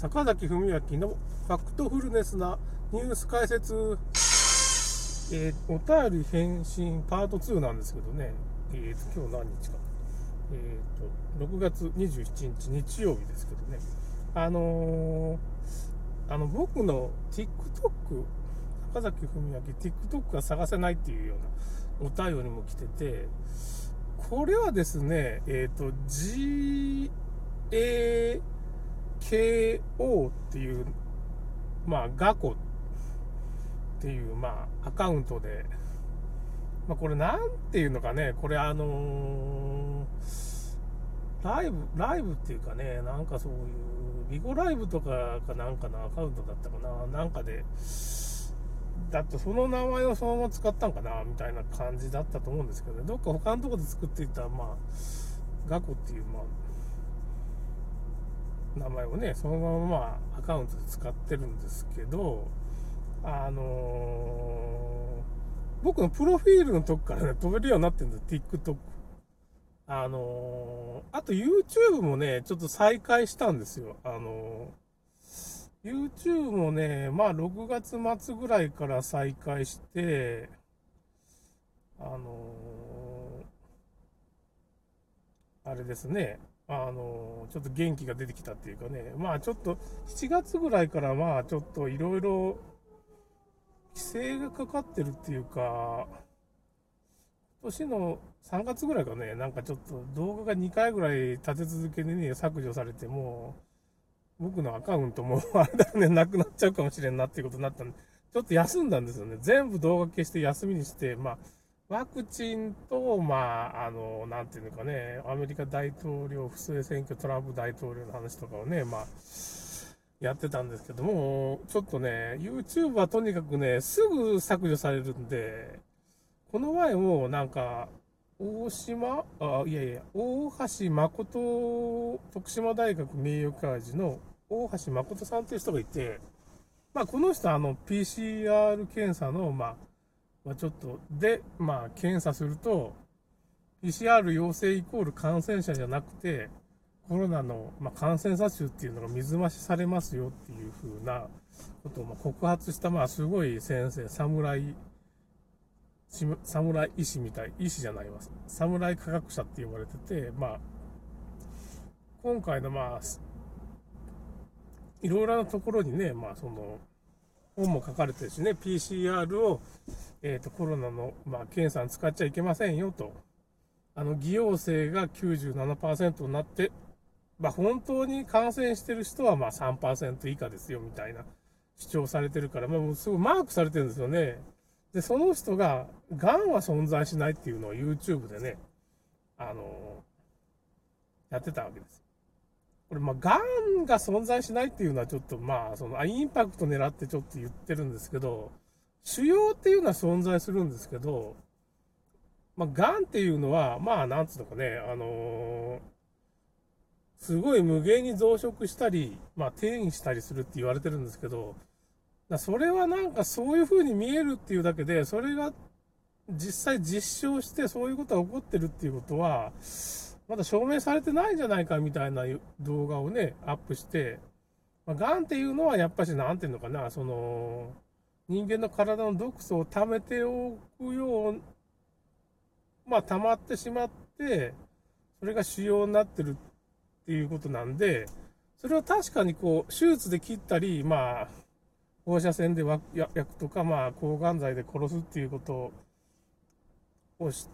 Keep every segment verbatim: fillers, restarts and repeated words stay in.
坂崎文明のファクトフルネスなニュース解説、えー、お便り返信パートツーなんですけどね、えー、と今日何日か、えー、とろくがつにじゅうしちにち日曜日ですけどね、あのー、あの僕の TikTok、坂崎文明 TikTok が探せないっていうようなお便りも来てて、これはですね、えっ、ー、と ジーエーケーオー っていう、まあ、ガコっていう、まあ、アカウントで、まあ、これなんていうのかね、これあのー、ライブ、ライブっていうかね、なんかそういう、ビゴライブとかかなんかのアカウントだったかな、なんかで、だってその名前をそのまま使ったんかな、みたいな感じだったと思うんですけどね、どっか他のところで作っていた、まあ、ガコっていう、まあ、名前をね、そのまままあアカウントで使ってるんですけど、あのー、僕のプロフィールのとこからね、飛べるようになってるんです、TikTok。あのー、あと YouTube もね、ちょっと再開したんですよ。あのー、YouTube もね、まあろくがつまつぐらいから再開して、あのー、あれですね、あのちょっと元気が出てきたっていうかね、まあちょっとしちがつぐらいからまあちょっといろいろ規制がかかってるっていうか、今年のさんがつぐらいかね、なんかちょっと動画がにかいぐらい立て続けでね、削除されて、もう僕のアカウントもあれだね、なくなっちゃうかもしれんなっていうことになったんで、ちょっと休んだんですよね。全部動画消して休みにして、まあワクチンと、まあ、あの、なんていうのかね、アメリカ大統領不正選挙、トランプ大統領の話とかをね、まあ、やってたんですけども、ちょっとね、YouTube はとにかくね、すぐ削除されるんで、この前もなんか、大島、あ、いやいや、大橋誠、徳島大学名誉教授の大橋誠さんという人がいて、まあ、この人はあの ピーシーアール 検査の、まあ、まあ、ちょっと、で、まあ、検査すると、ピーシーアール 陽性イコール感染者じゃなくて、コロナの、まあ、感染者数っていうのが水増しされますよっていう風なことをまあ告発した、まあ、すごい先生、侍、侍医師みたい、医師じゃないわ、侍科学者って呼ばれてて、まあ、今回の、まあ、いろいろなところにね、まあ、その、本も書かれてるしね、ピーシーアール を、えーと、コロナの、まあ、検査に使っちゃいけませんよと。あの、偽陽性が きゅうじゅうななパーセント になって、まあ、本当に感染してる人はまあ さんパーセント 以下ですよみたいな主張されてるから、まあ、すごいマークされてるんですよね。で、その人が、がんは存在しないっていうのを YouTube でね、あのー、やってたわけです。これ、まあ、がんが存在しないっていうのはちょっと、まあ、その、インパクト狙ってちょっと言ってるんですけど、腫瘍っていうのは存在するんですけど、まあ、がんっていうのは、まあ、なんつうのかね、あのー、すごい無限に増殖したり、まあ、転移したりするって言われてるんですけど、それはなんかそういう風に見えるっていうだけで、それが実際実証してそういうことが起こってるっていうことは、まだ証明されてないんじゃないかみたいな動画をね、アップして、まあ、がんっていうのはやっぱし、なんていうのかな、その、人間の体の毒素を溜めておくよう、まあ、溜まってしまって、それが腫瘍になってるっていうことなんで、それを確かにこう、手術で切ったり、まあ、放射線で焼くとか、まあ、抗がん剤で殺すっていうことをして、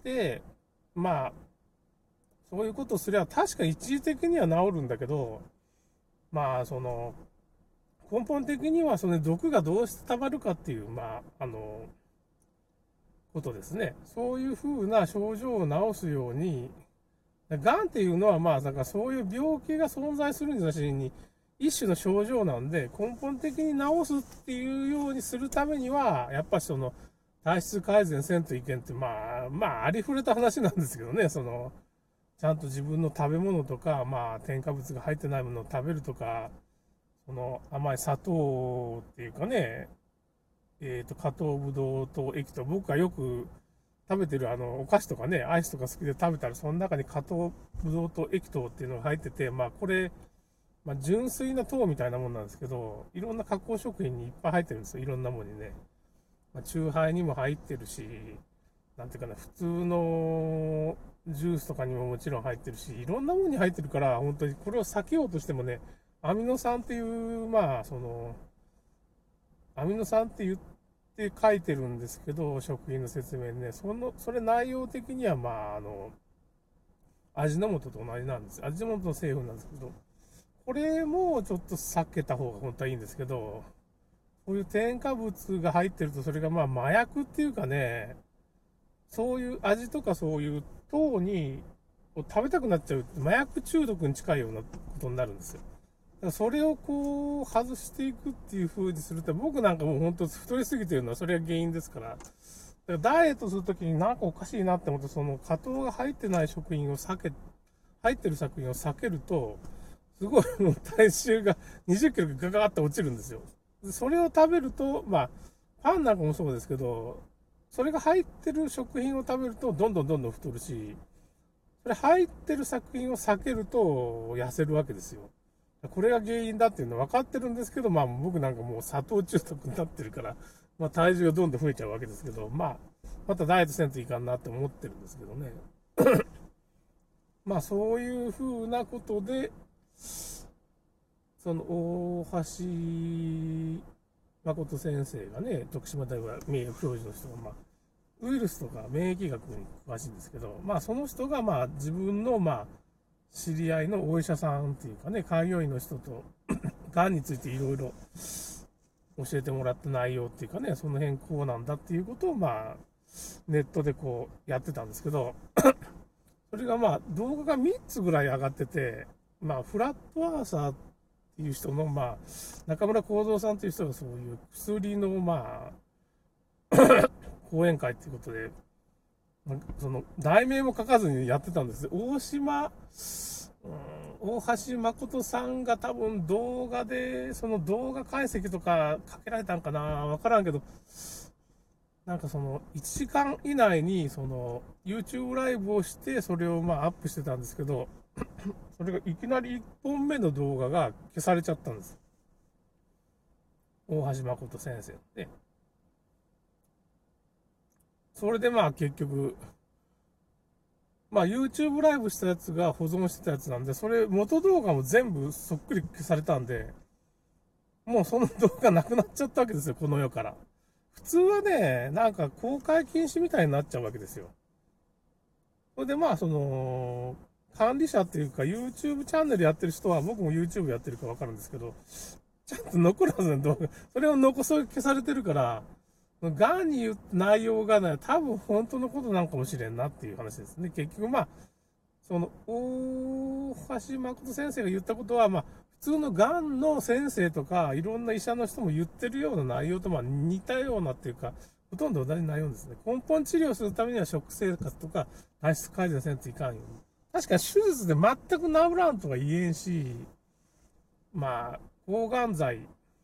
まあ、そういうことをすれば確か一時的には治るんだけど、まあ、その、根本的にはその毒がどうしてたまるかっていう、まあ、あの、ことですね。そういうふうな症状を治すように、がんっていうのは、まあ、だからそういう病気が存在するんじゃなしに、一種の症状なんで、根本的に治すっていうようにするためには、やっぱりその、体質改善せんといけんって、まあ、まあ、ありふれた話なんですけどね、その、ちゃんと自分の食べ物とか、まあ、添加物が入ってないものを食べるとか、その甘い砂糖っていうかね、えっと、加糖ぶどうと液糖、僕がよく食べてるあの、お菓子とかね、アイスとか好きで食べたら、その中に加糖ぶどうと液糖っていうのが入ってて、まあ、これ、 まあ、純粋な糖みたいなもんなんですけど、いろんな加工食品にいっぱい入ってるんですよ、いろんなものにね。まあ、チューハイにも入ってるし、なんていうかな、普通のジュースとかにももちろん入ってるし、いろんなものに入ってるから、本当にこれを避けようとしてもね、アミノ酸っていう、まあ、その、アミノ酸って言って書いてるんですけど、食品の説明にね、その、それ内容的には、まあ、あの、味の素と同じなんです。味の素の成分なんですけど、これもちょっと避けた方が本当はいいんですけど、こういう添加物が入ってると、それがまあ麻薬っていうかね、そういう味とかそういう糖にを食べたくなっちゃう、麻薬中毒に近いようなことになるんですよ。だからそれをこう外していくっていう風にすると、僕なんかもう本当太りすぎてるのはそれが原因ですから、だからダイエットするときになんかおかしいなって思って、その果糖が入ってない食品を避け、入ってる食品を避けると、すごいもう体重がにじゅっキロガガーって落ちるんですよ。それを食べると、まあ、パンなんかもそうですけど、それが入ってる食品を食べると、どんどんどんどん太るし、それ入ってる作品を避けると痩せるわけですよ。これが原因だっていうのは分かってるんですけど、まあ僕なんかもう砂糖中毒になってるから、まあ体重がどんどん増えちゃうわけですけど、まあ、またダイエットせんといかんなって思ってるんですけどね。まあそういうふうなことで、その大橋誠先生がね、徳島大学名誉教授の人が、まあ、ウイルスとか免疫学に詳しいんですけど、まあその人がまあ自分のまあ知り合いのお医者さんっていうかね、開業医の人と、がんについていろいろ教えてもらった内容っていうかね、その辺こうなんだっていうことをまあ、ネットでこうやってたんですけど、それがまあ動画がみっつぐらい上がってて、まあフラットアーサーっていう人のまあ、中村幸三さんという人がそういう薬のまあ、講演会っていうことで、その題名も書かずにやってたんです。大島、うん、大橋誠さんが多分動画で、その動画解析とかかけられたんかな、わからんけど、なんかそのいちじかん以内にその YouTube ライブをしてそれをまあアップしてたんですけど、それがいきなりいっぽんめの動画が消されちゃったんです。大橋誠先生で。それでまあ結局、まあ YouTube ライブしたやつが保存してたやつなんで、それ元動画も全部そっくり消されたんで、もうその動画なくなっちゃったわけですよ、この世から。普通はね、なんか公開禁止みたいになっちゃうわけですよ。それでまあその、管理者っていうか YouTube チャンネルやってる人は、僕も YouTube やってるかわかるんですけど、ちゃんと残るはずの動画、それを残そう消されてるから、がんに言う内容がね、多分本当のことなんかもしれんなっていう話ですね。結局まあ、その、大橋誠先生が言ったことは、まあ、普通のがんの先生とか、いろんな医者の人も言ってるような内容とまあ似たようなっていうか、ほとんど同じ内容ですね。根本治療するためには食生活とか体質改善せんといかんように。確かに手術で全く治らんとは言えんし、まあ、抗がん剤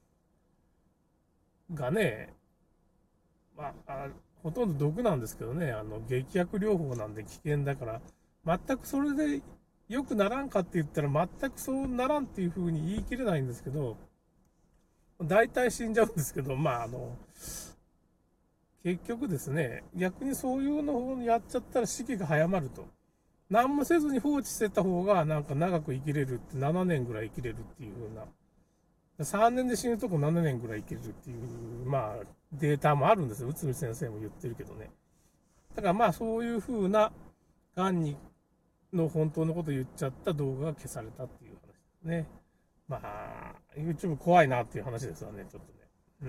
がね、まあ、あほとんど毒なんですけどね、あの劇薬療法なんで危険だから、全くそれで良くならんかって言ったら、全くそうならんっていうふうに言い切れないんですけど、大体死んじゃうんですけど、まあ、あの、結局ですね、逆にそういうのをやっちゃったら死期が早まると。何もせずに放置してた方が、なんか長く生きれるって、ななねんぐらい生きれるっていう風な。さんねんで死ぬとこななねんぐらい生きれるっていう、まあ、データもあるんですよ。内海先生も言ってるけどね。だからまあ、そういう風な、がんにの本当のこと言っちゃった動画が消されたっていう話ですね。まあ、YouTube 怖いなっていう話ですわね、ちょっとね。うん。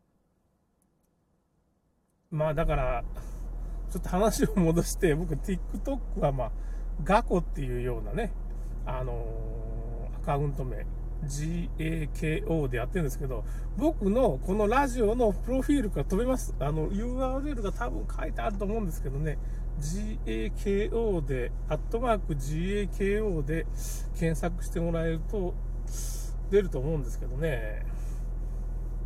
まあ、だから、ちょっと話を戻して、僕、TikTok はまあ、ガコっていうようなね、あのー、アカウント名、ジーエーケーオー でやってるんですけど、僕のこのラジオのプロフィールから飛べます。あの、ユーアールエル が多分書いてあると思うんですけどね、ジーエーケーオー で、アットマーク ジーエーケーオー で検索してもらえると出ると思うんですけどね。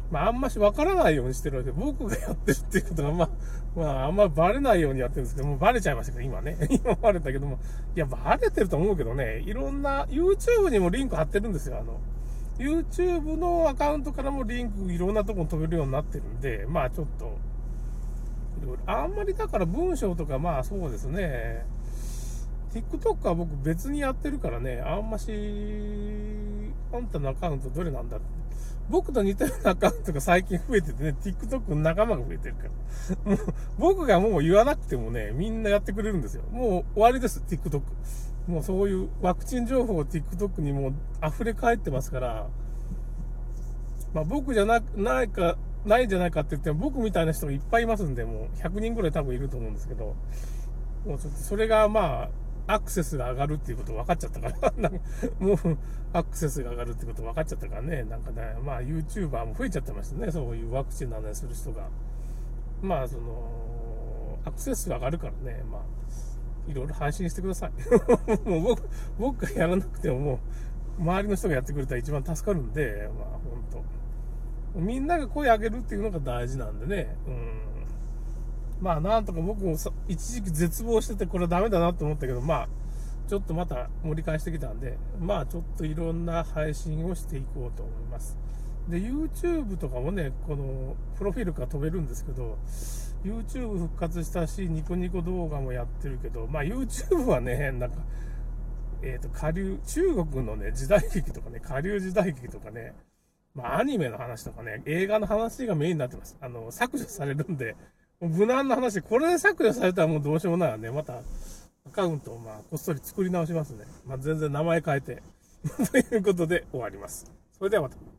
まあ、あんまし分からないようにしてるわけで、僕がやってるっていうことが、まあ、まあ、あんまバレないようにやってるんですけど、もうバレちゃいましたけど、今ね。今バレたけども、いや、バレてると思うけどね、いろんな、YouTube にもリンク貼ってるんですよ。あの、YouTube のアカウントからもリンクいろんなとこに飛べるようになってるんで、まあちょっと、いろいろあんまりだから文章とか、まあそうですね、TikTok は僕別にやってるからね、あんまし、あんたのアカウントどれなんだって。僕と似たようなアカウントが最近増えててね、TikTok の仲間が増えてるから。もう、僕がもう言わなくてもね、みんなやってくれるんですよ。もう終わりです、TikTok。もうそういうワクチン情報 TikTok にもう溢れ返ってますから、まあ僕じゃな、ないか、ないんじゃないかって言っても、僕みたいな人がいっぱいいますんで、もうひゃくにんぐらい多分いると思うんですけど、もうちょっとそれがまあ、アクセスが上がるっていうこと分かっちゃったからなんかもうアクセスが上がるってこと分かっちゃったからね、なんかね、まあ YouTuber も増えちゃってましたね、そういうワクチンの話する人が。まあその、アクセスが上がるからね、まあ、いろいろ配信してください。もう僕、僕がやらなくてももう、周りの人がやってくれたら一番助かるんで、まあ本当。みんなが声上げるっていうのが大事なんでね、うん。まあなんとか僕も一時期絶望しててこれはダメだなと思ったけど、まあちょっとまた盛り返してきたんで、まあちょっといろんな配信をしていこうと思います。で YouTube とかもね、このプロフィールから飛べるんですけど、 YouTube 復活したしニコニコ動画もやってるけど、まあ YouTube はね、なんかえっと下流、中国のね時代劇とかね、下流時代劇とかね、まあアニメの話とかね、映画の話がメインになってます。あの削除されるんで、無難な話、これで削除されたらもうどうしようもないわね。またアカウントをまあこっそり作り直しますね。まあ、全然名前変えて。ということで終わります。それではまた。